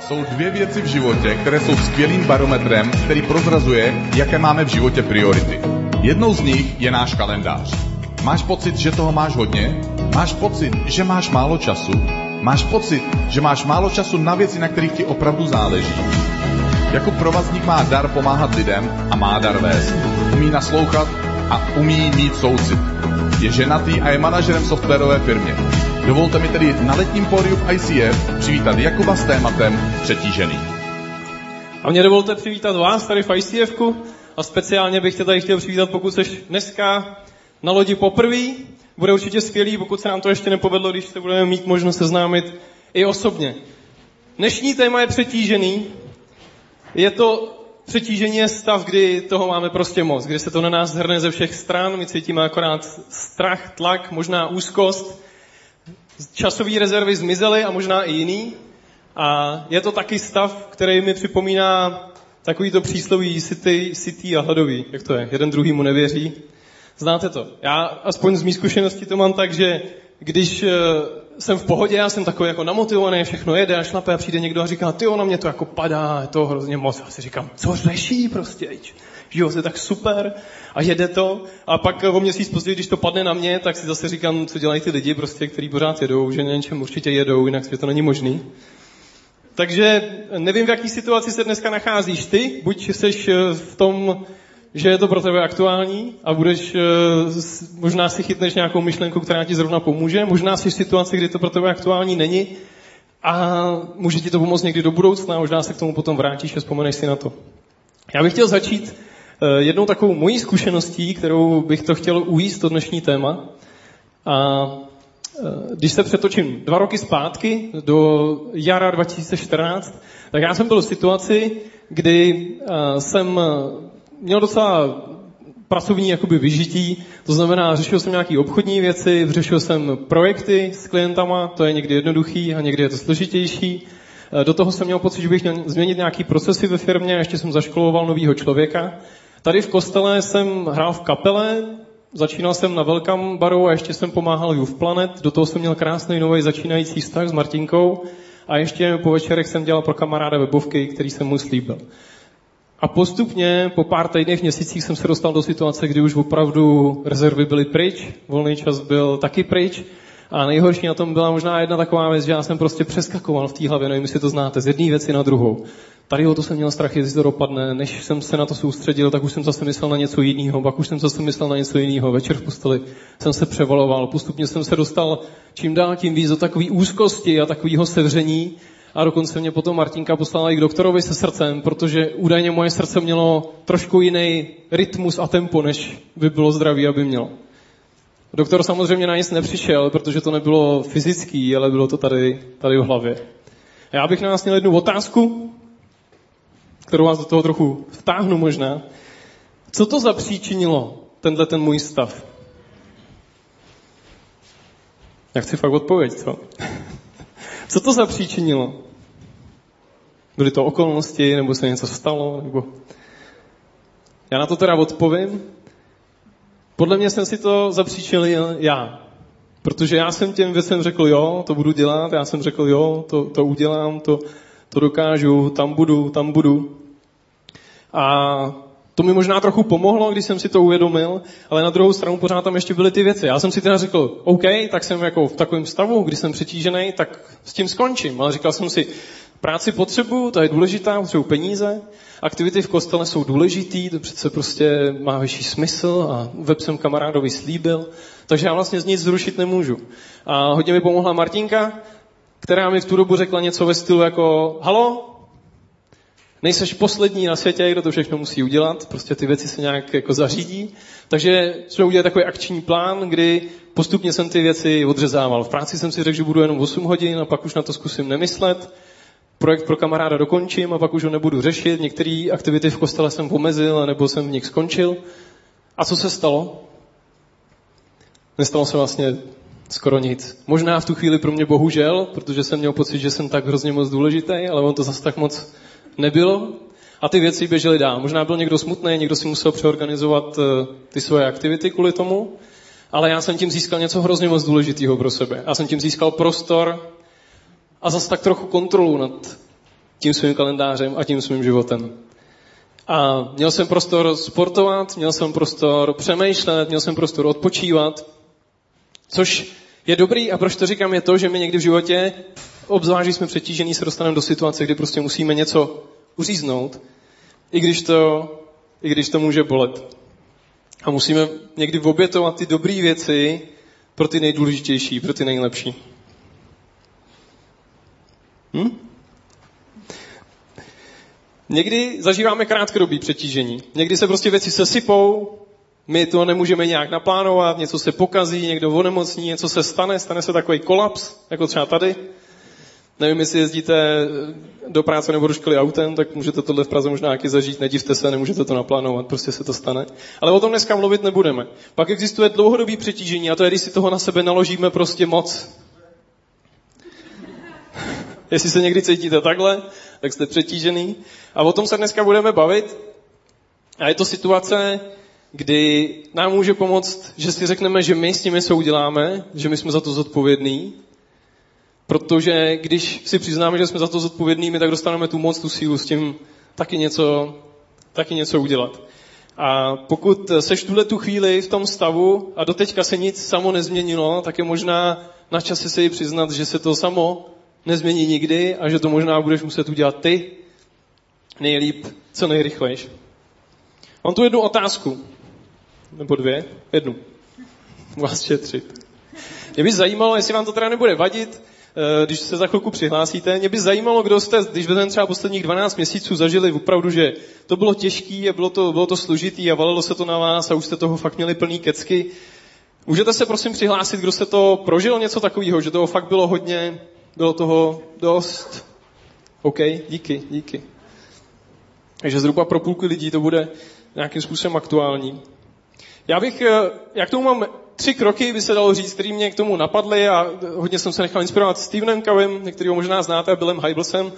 Jsou dvě věci v životě, které jsou skvělým barometrem, který prozrazuje, jaké máme v životě priority. Jednou z nich je náš kalendář. Máš pocit, že toho máš hodně? Máš pocit, že máš málo času? Máš pocit, že máš málo času na věci, na kterých ti opravdu záleží? Jakub Provazník má dar pomáhat lidem a má dar vést. Umí naslouchat a umí mít soucit. Je ženatý a je manažerem softwarové firmě. Dovolte mi tedy na letním pódiu v ICF přivítat Jakuba s tématem Přetížený. A mě dovolte přivítat vás tady v ICF-ku a speciálně bych tě tady chtěl přivítat, pokud jsi dneska na lodi poprvé. Bude určitě skvělý, pokud se nám to ještě nepovedlo, když se budeme mít možnost seznámit i osobně. Dnešní téma je přetížený. Je to přetížení je stav, kdy toho máme prostě moc, kdy se to na nás hrne ze všech stran, my cítíme akorát strach, tlak, možná úzkost, časové rezervy zmizely a možná i jiný. A je to taky stav, který mi připomíná takovýto přísloví sytý a hladový. Jak to je? Jeden druhýmu nevěří. Znáte to? Já aspoň z mý zkušenosti to mám tak, že když jsem v pohodě, já jsem takový jako namotivovaný, všechno jede a šlape a přijde někdo a říká, tyjo, na mě to jako padá, je to hrozně moc. A si říkám, co řeší prostě, že jo, je tak super a jede to. A pak o měsíc později, když to padne na mě, tak si zase říkám, co dělají ty lidi, prostě, kteří pořád jedou, že na něčem určitě jedou, jinak to není možný. Takže nevím, v jaký situaci se dneska nacházíš ty, buď jsi v tom, že je to pro tebe aktuální a budeš, možná si chytneš nějakou myšlenku, která ti zrovna pomůže, možná jsi v situaci, kdy to pro tebe aktuální není a může ti to pomoct někdy do budoucna, možná se k tomu potom vrátíš a vzpomeneš si na to. Já bych chtěl začít jednou takovou mojí zkušeností, kterou bych to chtěl uvést, to dnešní téma. A když se přetočím 2 roky zpátky do jara 2014, tak já jsem byl v situaci, kdy jsem měl docela pracovní jakoby vyžití, to znamená, řešil jsem nějaké obchodní věci, řešil jsem projekty s klientama, to je někdy jednoduchý a někdy je to složitější. Do toho jsem měl pocit, že bych měl změnit nějaký procesy ve firmě, ještě jsem zaškoloval novýho člověka. Tady v kostele jsem hrál v kapele, začínal jsem na Welcome baru a ještě jsem pomáhal Youth Planet, do toho jsem měl krásný nový začínající vztah s Martinkou a ještě po večerech jsem dělal pro kamaráda webovky, který jsem mu slíbil. A postupně, po pár týdnech, měsících jsem se dostal do situace, kdy už opravdu rezervy byly pryč, volný čas byl taky pryč a nejhorší na tom byla možná jedna taková věc, že já jsem prostě přeskakoval v té hlavě, nevím, jestli to znáte, z jedné věci na druhou. Tady o to jsem měl strach, jestli to dopadne, než jsem se na to soustředil, tak už jsem zase myslel na něco jiného, pak už jsem zase myslel na něco jiného, večer v posteli jsem se převaloval, postupně jsem se dostal čím dál tím víc do takové úzkosti a takového sevření. A dokonce mě potom Martinka poslala i k doktorovi se srdcem, protože údajně moje srdce mělo trošku jiný rytmus a tempo, než by bylo zdravý, aby mělo. Doktor samozřejmě na nic nepřišel, protože to nebylo fyzický, ale bylo to tady v hlavě. A já bych na vás měl jednu otázku, kterou vás do toho trochu vtáhnu možná. Co to zapříčinilo, ten můj stav? Já chci fakt odpověď, co? Co to zapříčinilo? Byly to okolnosti, nebo se něco stalo, nebo... Já na to teda odpovím. Podle mě jsem si to zapříčinil já. Protože já jsem těm věcem řekl, jo, to budu dělat, já jsem řekl, jo, to udělám, to dokážu, tam budu. A to mi možná trochu pomohlo, když jsem si to uvědomil, ale na druhou stranu pořád tam ještě byly ty věci. Já jsem si teda řekl, OK, tak jsem jako v takovém stavu, když jsem přetížený, tak s tím skončím. Ale říkal jsem si, práci potřebuju, to je důležitá, potřebuju peníze, aktivity v kostele jsou důležitý, to přece prostě má vyšší smysl a web jsem kamarádovi slíbil, takže já vlastně z nic zrušit nemůžu. A hodně mi pomohla Martinka, která mi v tu dobu řekla něco ve stylu jako, halo, nejseš poslední na světě, kdo to všechno musí udělat, prostě ty věci se nějak jako zařídí. Takže jsme udělali takový akční plán, kdy postupně jsem ty věci odřezával. V práci jsem si řekl, že budu jenom 8 hodin a pak už na to zkusím nemyslet. Projekt pro kamaráda dokončím a pak už ho nebudu řešit. Některé aktivity v kostele jsem omezil, nebo jsem v nich skončil. A co se stalo? Nestalo se vlastně skoro nic. Možná v tu chvíli pro mě bohužel, protože jsem měl pocit, že jsem tak hrozně moc důležitý, ale on to zase tak moc nebylo. A ty věci běžely dál. Možná byl někdo smutný, někdo si musel přeorganizovat ty svoje aktivity kvůli tomu, ale já jsem tím získal něco hrozně moc důležitého pro sebe. Já jsem tím získal prostor a zase tak trochu kontrolu nad tím svým kalendářem a tím svým životem. A měl jsem prostor sportovat, měl jsem prostor přemýšlet, měl jsem prostor odpočívat, což je dobrý a proč to říkám je to, že my někdy v životě, obzvlášť když jsme přetížení, se dostaneme do situace, kdy prostě musíme něco uříznout, i když to může bolet. A musíme někdy obětovat ty dobré věci pro ty nejdůležitější, pro ty nejlepší. Někdy zažíváme krátkodobý přetížení. Někdy se prostě věci sesypou, my to nemůžeme nějak naplánovat, něco se pokazí, někdo onemocní, něco se stane se takový kolaps, jako třeba tady. Nevím, jestli jezdíte do práce nebo do školy autem, tak můžete tohle v Praze možná nějaký zažít, nedivte se, nemůžete to naplánovat, prostě se to stane. Ale o tom dneska mluvit nebudeme. Pak existuje dlouhodobý přetížení a to je, když si toho na sebe naložíme prostě moc. Jestli se někdy cítíte takhle, tak jste přetížený. A o tom se dneska budeme bavit. A je to situace, kdy nám může pomoct, že si řekneme, že my s tím něco uděláme, že my jsme za to zodpovědní. Protože když si přiznáme, že jsme za to zodpovědní, tak dostaneme tu moc, tu sílu s tím taky něco udělat. A pokud seš tu chvíli v tom stavu a doteďka se nic samo nezměnilo, tak je možná na čase si přiznat, že se to samo nezmění nikdy a že to možná budeš muset udělat ty nejlíp, co nejrychlejš. Mám tu jednu otázku. Nebo dvě? Jednu. Vás šetřit. Mě by zajímalo, jestli vám to teda nebude vadit, když se za chvilku přihlásíte. Mě by zajímalo, kdo jste, když vezmeme třeba posledních 12 měsíců, zažili opravdu, že to bylo těžký a bylo to složitý a valilo se to na vás a už jste toho fakt měli plný kecky. Můžete se prosím přihlásit, kdo se to prožil něco takového, že toho fakt bylo hodně, bylo toho dost. OK, díky. Takže zhruba pro půlku lidí to bude nějakým způsobem aktuální. Já k tomu mám 3 kroky, by se dalo říct, které mě k tomu napadly a hodně jsem se nechal inspirovat Stephenem Covem, některýho možná znáte, Billem Hybelsem,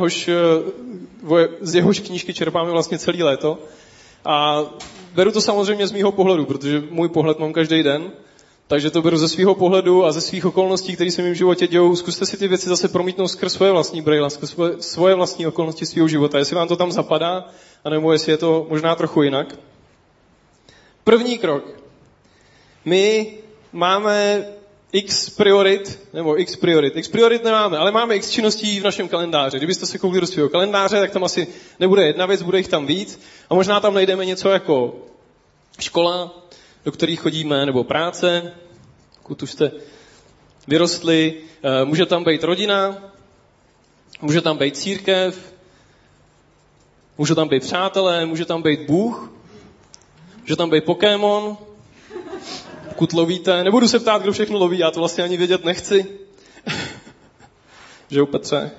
z jehož knížky čerpáme vlastně celý léto. A beru to samozřejmě z mýho pohledu, protože můj pohled mám každý den, takže to beru ze svého pohledu a ze svých okolností, které se mi v životě dějou. Zkuste si ty věci zase promítnout skrz svoje vlastní brýle, skrz svoje vlastní okolnosti svého života, jestli vám to tam zapadá, anebo jestli je to možná trochu jinak. První krok. My máme X priorit nemáme, ale máme X činností v našem kalendáři. Kdybyste se koukli do svého kalendáře, tak tam asi nebude jedna věc, bude jich tam víc. A možná tam najdeme něco jako škola, do které chodíme, nebo práce, pokud už jste vyrostli. Může tam být rodina, může tam být církev, může tam být přátelé, může tam být Bůh, může tam být Pokémon, pokud lovíte. Nebudu se ptát, kdo všechno loví, já to vlastně ani vědět nechci. Že jo, Petře?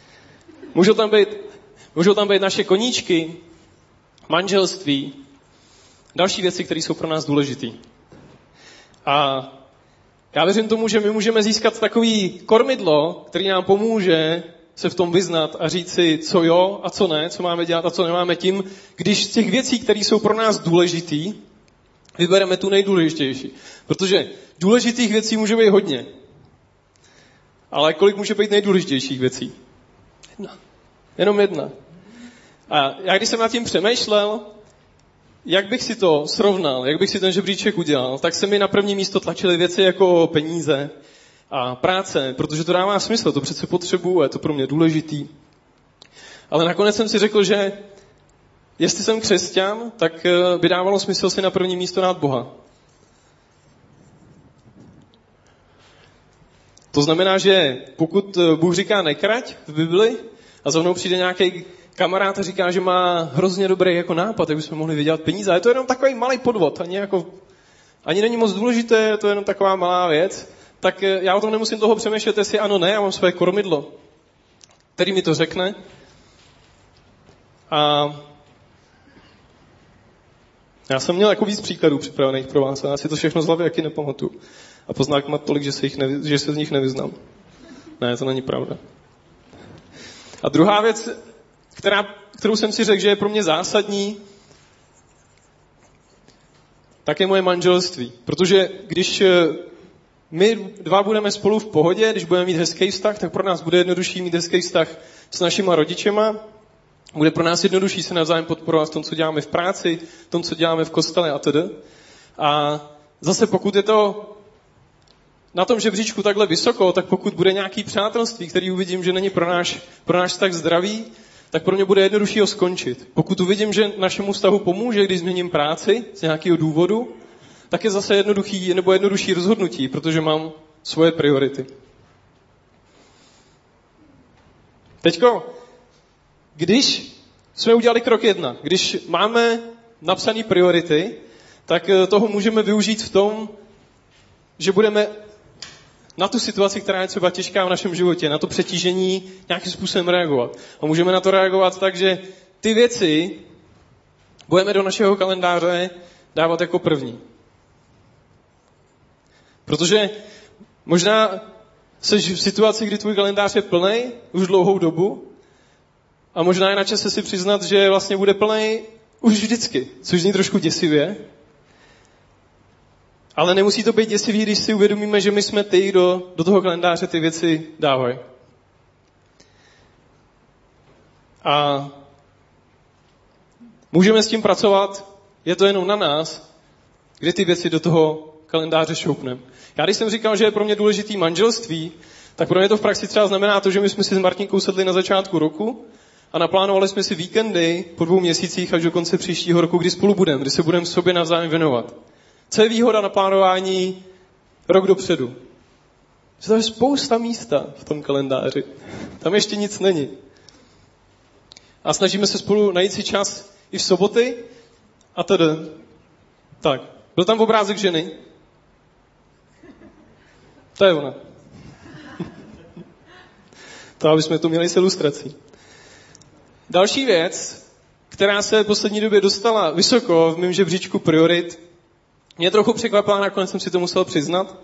Můžou tam být naše koníčky, manželství, další věci, které jsou pro nás důležité. A já věřím tomu, že my můžeme získat takový kormidlo, který nám pomůže se v tom vyznat a říct si, co jo a co ne, co máme dělat a co nemáme tím, když z těch věcí, které jsou pro nás důležitý, vybereme tu nejdůležitější. Protože důležitých věcí může být hodně. Ale kolik může být nejdůležitějších věcí? Jenom jedna. A já když jsem nad tím přemýšlel, jak bych si to srovnal, jak bych si ten žebříček udělal, tak se mi na první místo tlačily věci jako peníze a práce, protože to dává smysl, to přece potřebuji, je to pro mě důležitý. Ale nakonec jsem si řekl, že jestli jsem křesťan, tak by dávalo smysl si na první místo dát Boha. To znamená, že pokud Bůh říká nekrať v Bibli a za mnou přijde nějaký kamarád a říká, že má hrozně dobrý jako nápad, jak bychom mohli vydělat peníze, a je to jenom takový malý podvod, ani není moc důležité, je to jenom taková malá věc, tak já o tom nemusím dlouho přemýšlet, jestli ano, ne, já mám své kormidlo, který mi to řekne. A já jsem měl jako víc příkladů připravených pro vás, a já si to všechno z hlavy jaký nepamatuju. A poznávat má tolik, že se z nich nevyznám. Ne, to není pravda. A druhá věc, kterou jsem si řekl, že je pro mě zásadní, tak je moje manželství. Protože když my dva budeme spolu v pohodě, když budeme mít hezký vztah, tak pro nás bude jednodušší mít hezký vztah s našima rodičema. Bude pro nás jednodušší se navzájem podporovat v tom, co děláme v práci, v tom, co děláme v kostele atd. A zase pokud je to na tom žebříčku takhle vysoko, tak pokud bude nějaký přátelství, který uvidím, že není pro náš vztah zdravý, tak pro mě bude jednodušší ho skončit. Pokud uvidím, že našemu vztahu pomůže, když změním práci z nějakého důvodu, tak je zase jednodušší rozhodnutí, protože mám svoje priority. Teďko, když jsme udělali krok 1, když máme napsané priority, tak toho můžeme využít v tom, že budeme na tu situaci, která je třeba těžká v našem životě, na to přetížení nějakým způsobem reagovat. A můžeme na to reagovat tak, že ty věci budeme do našeho kalendáře dávat jako první. Protože možná jsi v situaci, kdy tvůj kalendář je plnej už dlouhou dobu a možná je na čase si přiznat, že vlastně bude plnej už vždycky, což zní trošku děsivě. Ale nemusí to být děsivý, když si uvědomíme, že my jsme ty, kdo do toho kalendáře ty věci dávají. A můžeme s tím pracovat, je to jenom na nás, kdy ty věci do toho kalendáře šoupneme. Já když jsem říkal, že je pro mě důležitý manželství, tak pro mě to v praxi třeba znamená to, že my jsme si s Martinkou sedli na začátku roku a naplánovali jsme si víkendy po 2 měsících až do konce příštího roku, kdy spolu budeme, kdy se budeme sobě navzájem věnovat. Co je výhoda na plánování rok dopředu? Že to je spousta místa v tom kalendáři. Tam ještě nic není. A snažíme se spolu najít si čas i v soboty a tedy. Tak, byl tam obrázek ženy? To je ona. To, aby jsme tu měli s ilustrací. Další věc, která se v poslední době dostala vysoko v mém žebříčku priorit, mě trochu překvapila, nakonec jsem si to musel přiznat.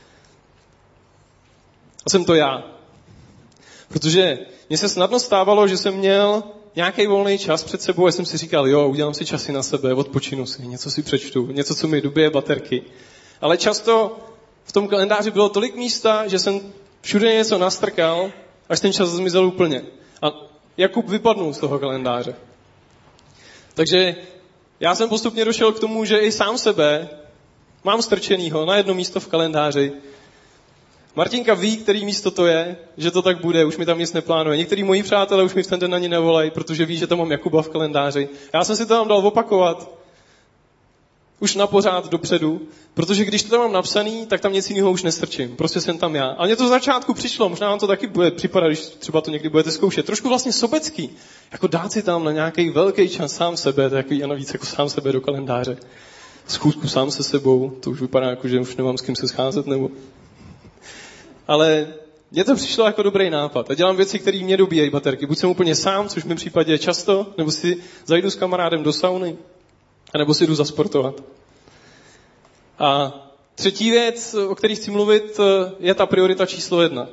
A jsem to já. Protože mně se snadno stávalo, že jsem měl nějaký volný čas před sebou a jsem si říkal, jo, udělám si časy na sebe, odpočinu si, něco si přečtu, něco, co mi dobije baterky. Ale často v tom kalendáři bylo tolik místa, že jsem všude něco nastrkal, až ten čas zmizel úplně. A Jakub vypadnul z toho kalendáře. Takže já jsem postupně došel k tomu, že i sám sebe mám strčenýho na jedno místo v kalendáři. Martinka ví, který místo to je, že to tak bude, už mi tam nic neplánuje. Některý moji přátelé už mi v ten den ani nevolají, protože ví, že tam mám Jakuba v kalendáři. Já jsem si to tam dal opakovat už na pořád dopředu, protože když to tam mám napsaný, tak tam nic jiného už nestrčím. Prostě jsem tam já. A mně to v začátku přišlo, možná vám to taky bude připadat, když třeba to někdy budete zkoušet. Trošku vlastně sobecký. Jako dát si tam na nějaký velký čas sám sebe, to je takový a navíc jako sám sebe do kalendáře. Schůzku sám se sebou, to už vypadá jako, že už nemám s kým se scházet, nebo... Ale mně to přišlo jako dobrý nápad. A dělám věci, které mě dobíjejí baterky. Buď jsem úplně sám, což v mém případě je často, nebo si zajdu s kamarádem do sauny, nebo si jdu zasportovat. A třetí věc, o které chci mluvit, je ta priorita číslo 1.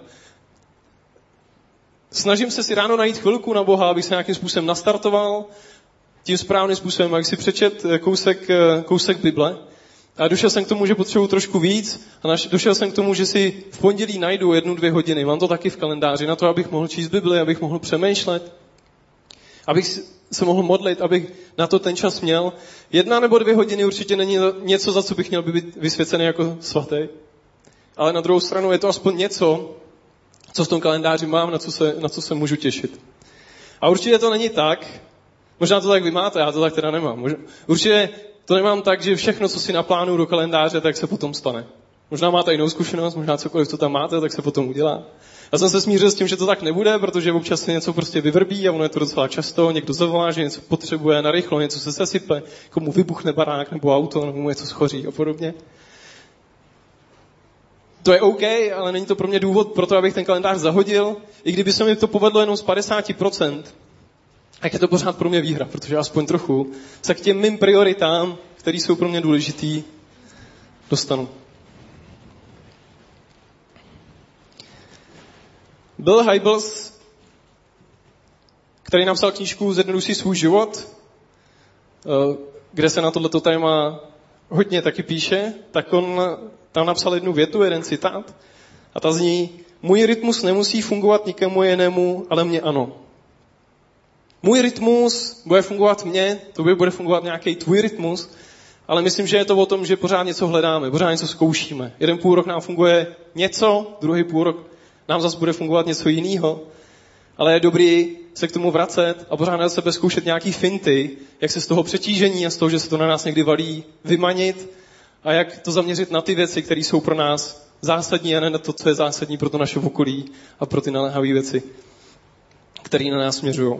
Snažím se si ráno najít chvilku na Boha, abych se nějakým způsobem nastartoval, tím správným způsobem, abych si přečet kousek Bible. A došel jsem k tomu, že potřebuji trošku víc. A došel jsem k tomu, že si v pondělí najdu 1-2 hodiny. Mám to taky v kalendáři na to, abych mohl číst Bibli, abych mohl přemýšlet, abych se mohl modlit, abych na to ten čas měl. 1 nebo 2 hodiny určitě není něco, za co bych měl být vysvěcený jako svatý. Ale na druhou stranu je to aspoň něco, co v tom kalendáři mám, na co se můžu těšit. A určitě to není tak, možná to tak vy máte, já to tak teda nemám. Určitě to nemám tak, že všechno, co si naplánuju do kalendáře, tak se potom stane. Možná máte jinou zkušenost, možná cokoliv, co tam máte, tak se potom udělá. Já jsem se smířil s tím, že to tak nebude, protože občas se něco prostě vyvrbí a ono je to docela často, někdo zavolá, že něco potřebuje narychlo, něco se sesype, komu vybuchne barák nebo auto, nebo mu něco schoří a podobně. To je OK, ale není to pro mě důvod pro to, abych ten kalendář zahodil. I kdyby se mi to povedlo jenom z 50%, tak je to pořád pro mě výhra, protože aspoň trochu se k těm mým prioritám, které jsou pro mě důležitý, dostanu. Bill Hybels, který napsal knížku Zjednoduš si svůj život, kde se na tohleto téma hodně taky píše, tak on tam napsal jednu větu, jeden citát, a ta zní: můj rytmus nemusí fungovat nikomu jinému, ale mě ano. Můj rytmus bude fungovat mně, tobě bude fungovat nějaký tvůj rytmus, ale myslím, že je to o tom, že pořád něco hledáme, pořád něco zkoušíme. Jeden půlrok nám funguje něco, druhý půlrok nám zase bude fungovat něco jiného, ale je dobrý se k tomu vracet a pořád na sebe zkoušet nějaký finty, jak se z toho přetížení a z toho, že se to na nás někdy valí, vymanit a jak to zaměřit na ty věci, které jsou pro nás zásadní a ne na to, co je zásadní pro to naše okolí a pro ty naléhavé věci, které na nás směřují.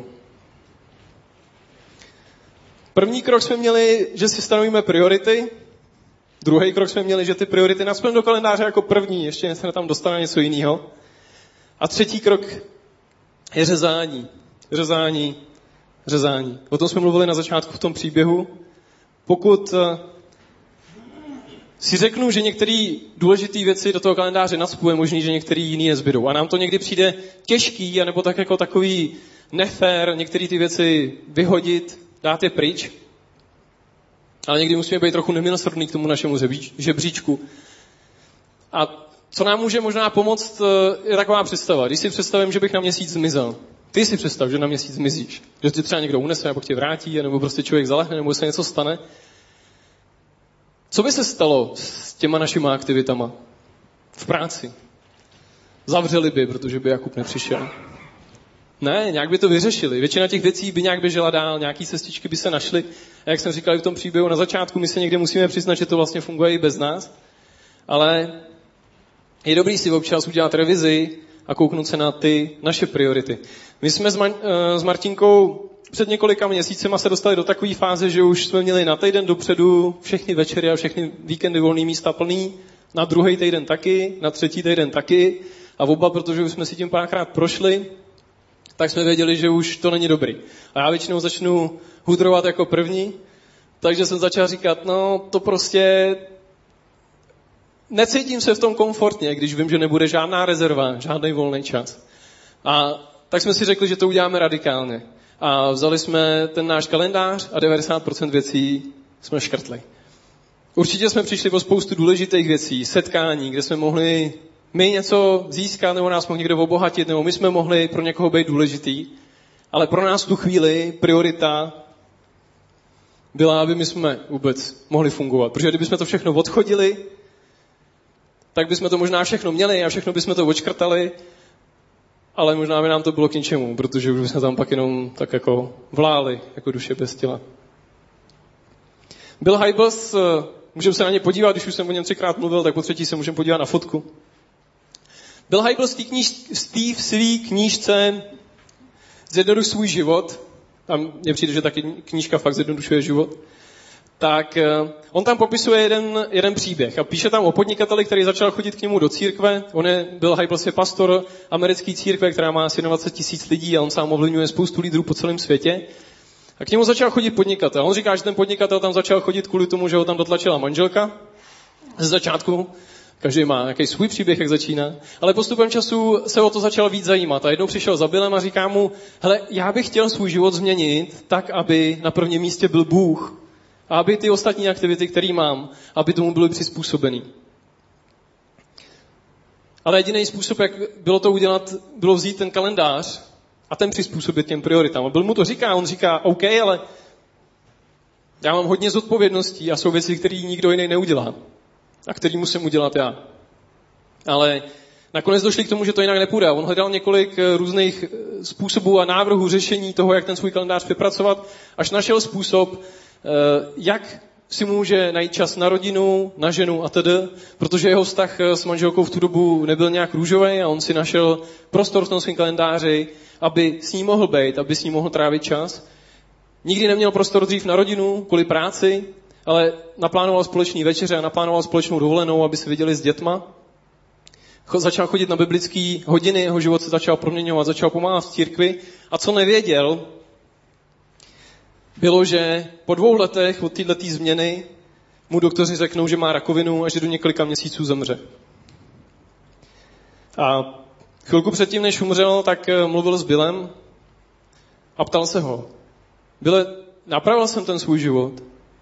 První krok jsme měli, že si stanovíme priority. Druhý krok jsme měli, že ty priority naspěme do kalendáře jako první, ještě se tam dostane něco jiného. A třetí krok je řezání. Řezání. O tom jsme mluvili na začátku v tom příběhu. Pokud si řeknu, že některé důležité věci do toho kalendáře nacpu, je možný, že některé jiné nezbydou. A nám to někdy přijde těžký, anebo tak jako takový nefér, některé ty věci vyhodit, dát je pryč. Ale někdy musíme být trochu nemilosrdný k tomu našemu žebříčku. A co nám může možná pomoct, je taková představa. Když si představím, že bych na měsíc zmizel. Ty si představ, že na měsíc zmizíš. Že tě třeba někdo unese a pak tě vrátí, nebo prostě člověk zalehne, nebo se něco stane. Co by se stalo s těma našima aktivitama v práci? Zavřeli by, protože by Jakub nepřišel. Ne, nějak by to vyřešili. Většina těch věcí by nějak běžela dál, nějaký cestičky by se našly. A jak jsem říkal v tom příběhu na začátku, my se někde musíme přiznat, že to vlastně funguje i bez nás. Ale je dobrý si občas udělat revizi a kouknout se na ty naše priority. My jsme s Martinkou před několika měsícema se dostali do takové fáze, že už jsme měli na týden dopředu všechny večery a všechny víkendy volný místa plný, na druhý týden taky, na třetí týden taky a oba, protože už jsme si tím párkrát prošli, tak jsme věděli, že už to není dobrý. A já většinou začnu hudrovat jako první, takže jsem začal říkat, no to prostě necítím se v tom komfortně, když vím, že nebude žádná rezerva, žádný volný čas. A tak jsme si řekli, že to uděláme radikálně. A vzali jsme ten náš kalendář a 90% věcí jsme škrtli. Určitě jsme přišli o spoustu důležitých věcí, setkání, kde jsme mohli my něco získat, nebo nás mohl někdo obohatit, nebo my jsme mohli pro někoho být důležitý. Ale pro nás tu chvíli priorita byla, aby my jsme vůbec mohli fungovat. Protože kdybychom to všechno odchodili, tak bychom to možná všechno měli a všechno bychom to odškrtali, ale možná by nám to bylo k ničemu, protože už jsme tam pak jenom tak jako vláli, jako duše bez těla. Bill Hybels, můžeme se na ně podívat, když už jsem o něm 3krát mluvil, tak po třetí se můžeme podívat na fotku. Bill Hybels v své knížce Zjednoduš svůj život, tam mně přijde, že taky knížka fakt zjednodušuje život, tak on tam popisuje jeden příběh a píše tam o podnikateli, který začal chodit k němu do církve. Bill Hybels je pastor americké církve, která má asi 20 000 lidí a on sám ovlivňuje spoustu lídrů po celém světě. A k němu začal chodit podnikatel. On říká, že ten podnikatel tam začal chodit kvůli tomu, že ho tam dotlačila manželka ze začátku. Každý má nějaký svůj příběh, jak začíná. Ale postupem času se o to začal víc zajímat. A jednou přišel za Billem a říká mu, hele, já bych chtěl svůj život změnit tak, aby na prvním místě byl Bůh. A aby ty ostatní aktivity, které mám, aby tomu byly přizpůsobený. Ale jediný způsob, jak bylo to udělat, bylo vzít ten kalendář a ten přizpůsobit těm prioritám. A Bill mu to říká, on říká, OK, ale já mám hodně zodpovědností a jsou věci, které nikdo jiný neudělá. A který musím udělat já. Ale nakonec došli k tomu, že to jinak nepůjde. On hledal několik různých způsobů a návrhů řešení toho, jak ten svůj kalendář vypracovat, až našel způsob, jak si může najít čas na rodinu, na ženu a tedy, protože jeho vztah s manželkou v tu dobu nebyl nějak růžový a on si našel prostor v tom svém kalendáři, aby s ní mohl být, aby s ní mohl trávit čas. Nikdy neměl prostor dřív na rodinu kvůli práci, ale naplánoval společný večeře a naplánoval společnou dovolenou, aby se viděli s dětma. Začal chodit na biblické hodiny, jeho život se začal proměňovat, začal pomáhat v církvi a co nevěděl, bylo, že po 2 letech od této změny mu doktoři řeknou, že má rakovinu a že do několika měsíců zemře. A chvilku předtím, než umřel, tak mluvil s Billem a ptal se ho. Bille, napravil jsem ten svůj život?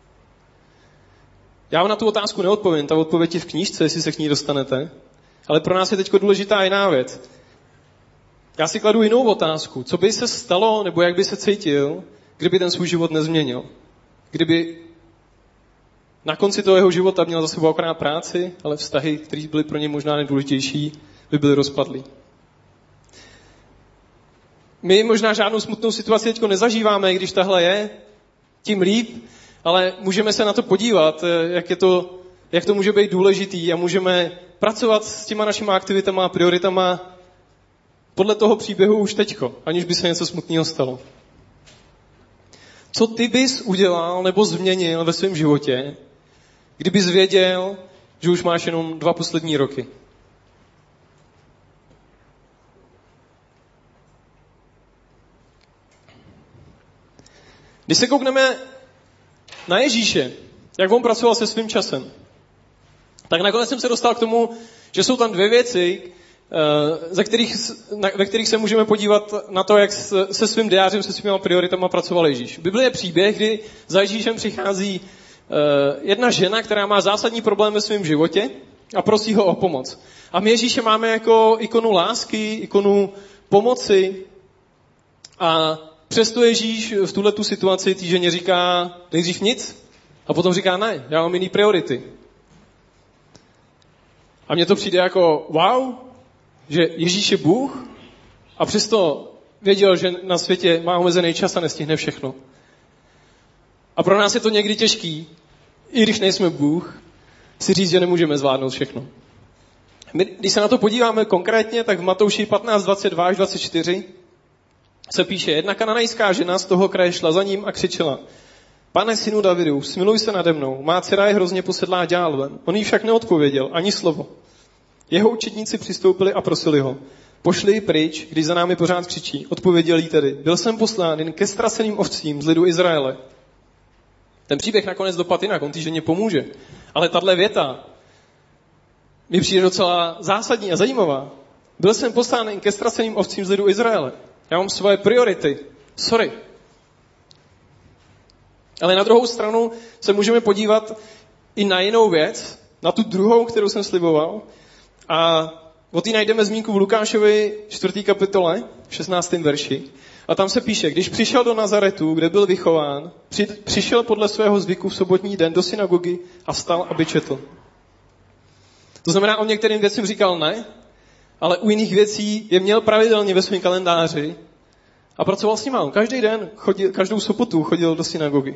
Já vám na tu otázku neodpovím, ta odpověď je v knížce, jestli se k ní dostanete. Ale pro nás je teď důležitá jiná věc. Já si kladu jinou otázku. Co by se stalo, nebo jak by se cítil, kdyby ten svůj život nezměnil? Kdyby na konci toho jeho života měl za sebou akorát práci, ale vztahy, které byly pro ně možná nejdůležitější, by byly rozpadlý. My možná žádnou smutnou situaci teď nezažíváme, když tahle je, tím líp, ale můžeme se na to podívat, jak to může být důležitý a můžeme pracovat s těma našimi aktivitama a prioritama podle toho příběhu už teďko, aniž by se něco smutného stalo. Co ty bys udělal nebo změnil ve svém životě, kdybys věděl, že už máš jenom 2 poslední roky? Když se koukneme na Ježíše, jak on pracoval se svým časem, tak nakonec jsem se dostal k tomu, že jsou tam 2 věci, ve kterých se můžeme podívat na to, jak se svým diářem, se svými prioritama pracoval Ježíš. V Bibli je příběh, kdy za Ježíšem přichází jedna žena, která má zásadní problém ve svém životě a prosí ho o pomoc. A my Ježíše máme jako ikonu lásky, ikonu pomoci a přesto Ježíš v tuhletu situaci té ženě říká nejdřív nic a potom říká ne, já mám jiný priority. A mně to přijde jako wow, že Ježíš je Bůh a přesto věděl, že na světě má omezený čas a nestihne všechno. A pro nás je to někdy těžký, i když nejsme Bůh, si říct, že nemůžeme zvládnout všechno. My, když se na to podíváme konkrétně, tak v Matouši 15, 22 až 24 se píše, jedna kananejská žena z toho kraje šla za ním a křičela, Pane synu Davidu, smiluj se nade mnou, má dcera je hrozně posedlá ďálem. On jí však neodpověděl, ani slovo. Jeho učedníci přistoupili a prosili ho, pošli ji pryč, když za námi pořád křičí. Odpověděl jí tedy, byl jsem poslán jen ke ztraceným ovcím z lidu Izraele. Ten příběh nakonec dopadl jinak, on té ženě pomůže. Ale tahle věta mi přijde docela zásadní a zajímavá. Byl jsem poslán jen ke ztraceným ovcím z lidu Izraele. Já mám svoje priority. Sorry. Ale na druhou stranu se můžeme podívat i na jinou věc, na tu druhou, kterou jsem sliboval. A o té najdeme zmínku v Lukášovi 4. kapitole, 16. verši. A tam se píše, když přišel do Nazaretu, kde byl vychován, přišel podle svého zvyku v sobotní den do synagogy a vstal, aby četl. To znamená, on některým věcem říkal ne, ale u jiných věcí je měl pravidelně ve svém kalendáři a pracoval s nima. On každý den, každou sobotu chodil do synagogy.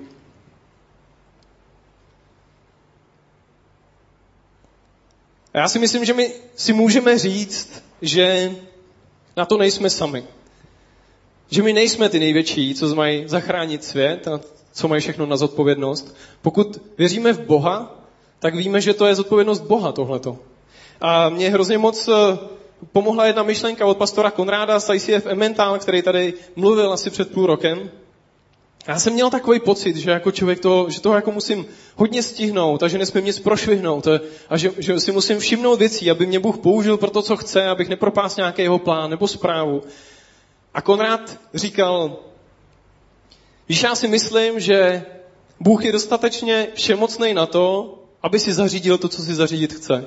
A já si myslím, že my si můžeme říct, že na to nejsme sami. Že my nejsme ty největší, co mají zachránit svět a co mají všechno na zodpovědnost. Pokud věříme v Boha, tak víme, že to je zodpovědnost Boha tohleto. A mě hrozně moc pomohla jedna myšlenka od pastora Konráda z ICF Emmental, který tady mluvil asi před půl rokem. Já jsem měl takový pocit, že jako člověk že toho jako musím hodně stihnout a že nesmím nic prošvihnout a že si musím všimnout věcí, aby mě Bůh použil pro to, co chce, abych nepropásl nějaký jeho plán nebo zprávu. A Konrád říkal, víš, já si myslím, že Bůh je dostatečně všemocnej na to, aby si zařídil to, co si zařídit chce.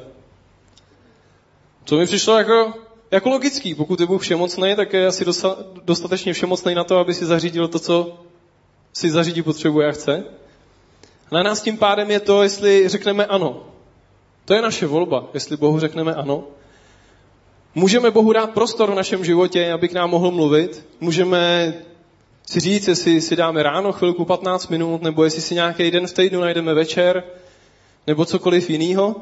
Co mi přišlo jako logický. Pokud je Bůh všemocnej, tak je asi dostatečně všemocnej na to, aby si zařídil to, co si zařídit potřebuje a chce. Na nás tím pádem je to, jestli řekneme ano. To je naše volba, jestli Bohu řekneme ano. Můžeme Bohu dát prostor v našem životě, aby k nám mohl mluvit. Můžeme si říct, jestli si dáme ráno chvilku 15 minut, nebo jestli si nějaký den v týdnu najdeme večer, nebo cokoliv jinýho.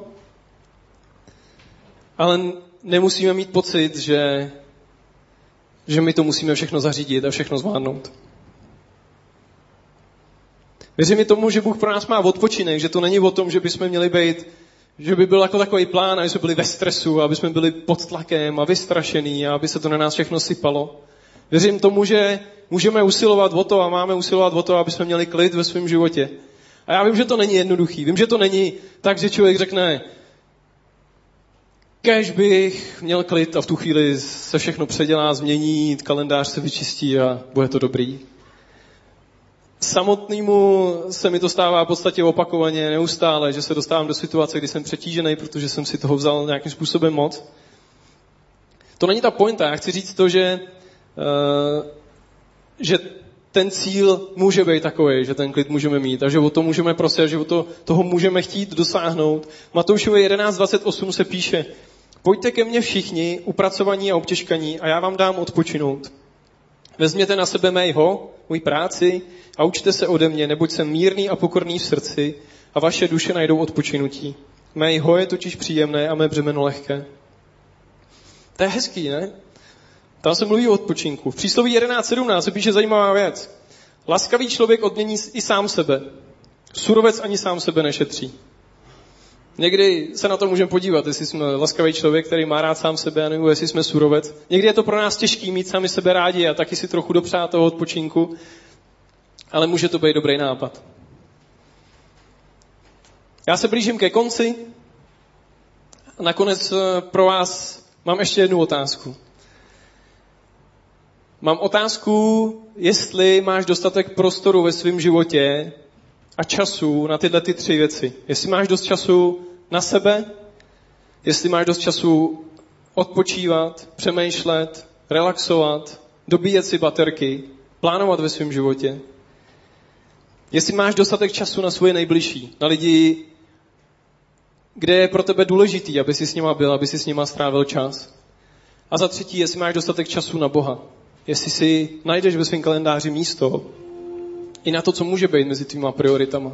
Ale nemusíme mít pocit, že my to musíme všechno zařídit a všechno zvládnout. Věřím i tomu, že Bůh pro nás má odpočinek, že to není o tom, že bychom měli být, že by byl jako takový plán, aby jsme byli ve stresu, aby jsme byli pod tlakem a vystrašený a aby se to na nás všechno sypalo. Věřím tomu, že můžeme usilovat o to a máme usilovat o to, aby jsme měli klid ve svém životě. A já vím, že to není jednoduchý. Vím, že to není tak, že člověk řekne, kéž bych měl klid a v tu chvíli se všechno předělá, změní, kalendář se vyčistí a bude to dobrý. Samotnému se mi to stává v podstatě opakovaně, neustále, že se dostávám do situace, kdy jsem přetížený, protože jsem si toho vzal nějakým způsobem moc. To není ta pointa. Já chci říct to, že ten cíl může být takový, že ten klid můžeme mít a že o to můžeme prosit, že o toho můžeme chtít dosáhnout. Matoušovi 11:28 se píše: Pojďte ke mně všichni, upracovaní a obtěžkaní, a já vám dám odpočinout. Vezměte na sebe moji práci a učte se ode mě, neboť jsem mírný a pokorný v srdci a vaše duše najdou odpočinutí. Mé je totiž příjemné a mé břemeno lehké. To je hezký, ne? Tam se mluví o odpočinku. V přísloví 11:17 se píše zajímavá věc. Laskavý člověk odmění i sám sebe. Surovec ani sám sebe nešetří. Někdy se na to můžeme podívat, jestli jsme laskavý člověk, který má rád sám sebe, nebo jestli jsme surovec. Někdy je to pro nás těžký mít sami sebe rádi a taky si trochu dopřát toho odpočinku, ale může to být dobrý nápad. Já se blížím ke konci a nakonec pro vás mám ještě jednu otázku. Mám otázku, jestli máš dostatek prostoru ve svém životě a času na tyhle 3 věci. Jestli máš dost času na sebe, jestli máš dost času odpočívat, přemýšlet, relaxovat, dobíjet si baterky, plánovat ve svém životě. Jestli máš dostatek času na svoje nejbližší, na lidi, kde je pro tebe důležitý, aby si s nima byl, aby si s nima strávil čas. A za 3, jestli máš dostatek času na Boha. Jestli si najdeš ve svém kalendáři místo i na to, co může být mezi tvýma prioritama.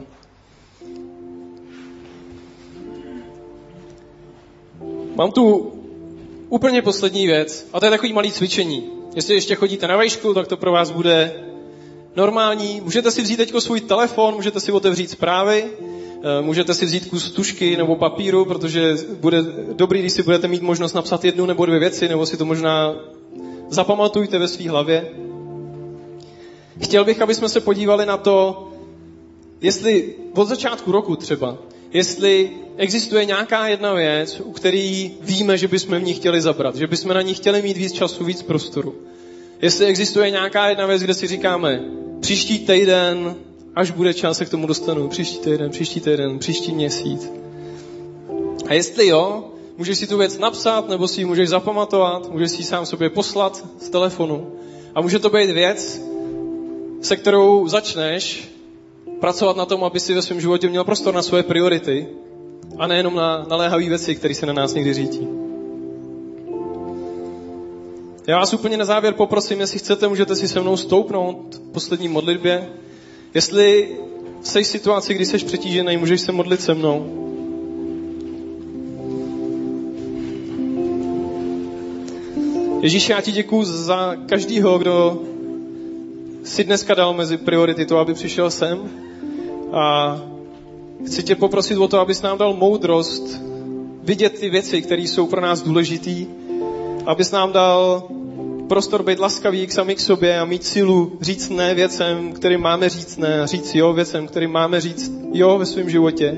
Mám tu úplně poslední věc a to je takový malý cvičení. Jestli ještě chodíte na vejšku, tak to pro vás bude normální. Můžete si vzít teďko svůj telefon, můžete si otevřít zprávy, můžete si vzít kus tužky nebo papíru, protože bude dobrý, když si budete mít možnost napsat 1 nebo 2 věci, nebo si to možná zapamatujte ve své hlavě. Chtěl bych, aby jsme se podívali na to, jestli od začátku roku třeba, jestli existuje nějaká jedna věc, u který víme, že bychom v ní chtěli zabrat, že bychom na ní chtěli mít víc času, víc prostoru. Jestli existuje nějaká jedna věc, kde si říkáme, příští týden, až bude čas, se k tomu dostanu, příští týden, příští měsíc. A jestli jo, můžeš si tu věc napsat, nebo si ji můžeš zapamatovat, můžeš si ji sám sobě poslat z telefonu. A může to být věc, se kterou začneš pracovat na tom, aby si ve svém životě měl prostor na svoje priority a nejenom na naléhavé věci, které se na nás někdy řítí. Já vás úplně na závěr poprosím, jestli chcete, můžete si se mnou stoupnout v poslední modlitbě. Jestli jsi v situaci, kdy jsi přetížený, můžeš se modlit se mnou. Ježíši, já ti děkuju za každýho, kdo si dneska dal mezi priority to, aby přišel sem. A chci tě poprosit o to, abys nám dal moudrost vidět ty věci, které jsou pro nás důležitý. Abys nám dal prostor být laskavý k sami k sobě a mít sílu říct ne věcem, kterým máme říct ne, a říct jo věcem, kterým máme říct jo ve svém životě.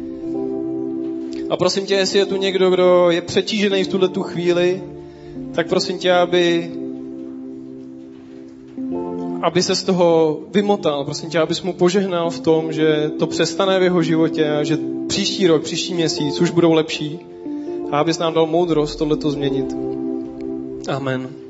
A prosím tě, jestli je tu někdo, kdo je přetížený v tuhletu chvíli, tak prosím tě, aby se z toho vymotal. Prosím tě, abys mu požehnal v tom, že to přestane v jeho životě a že příští rok, příští měsíc už budou lepší a abys nám dal moudrost tohleto změnit. Amen.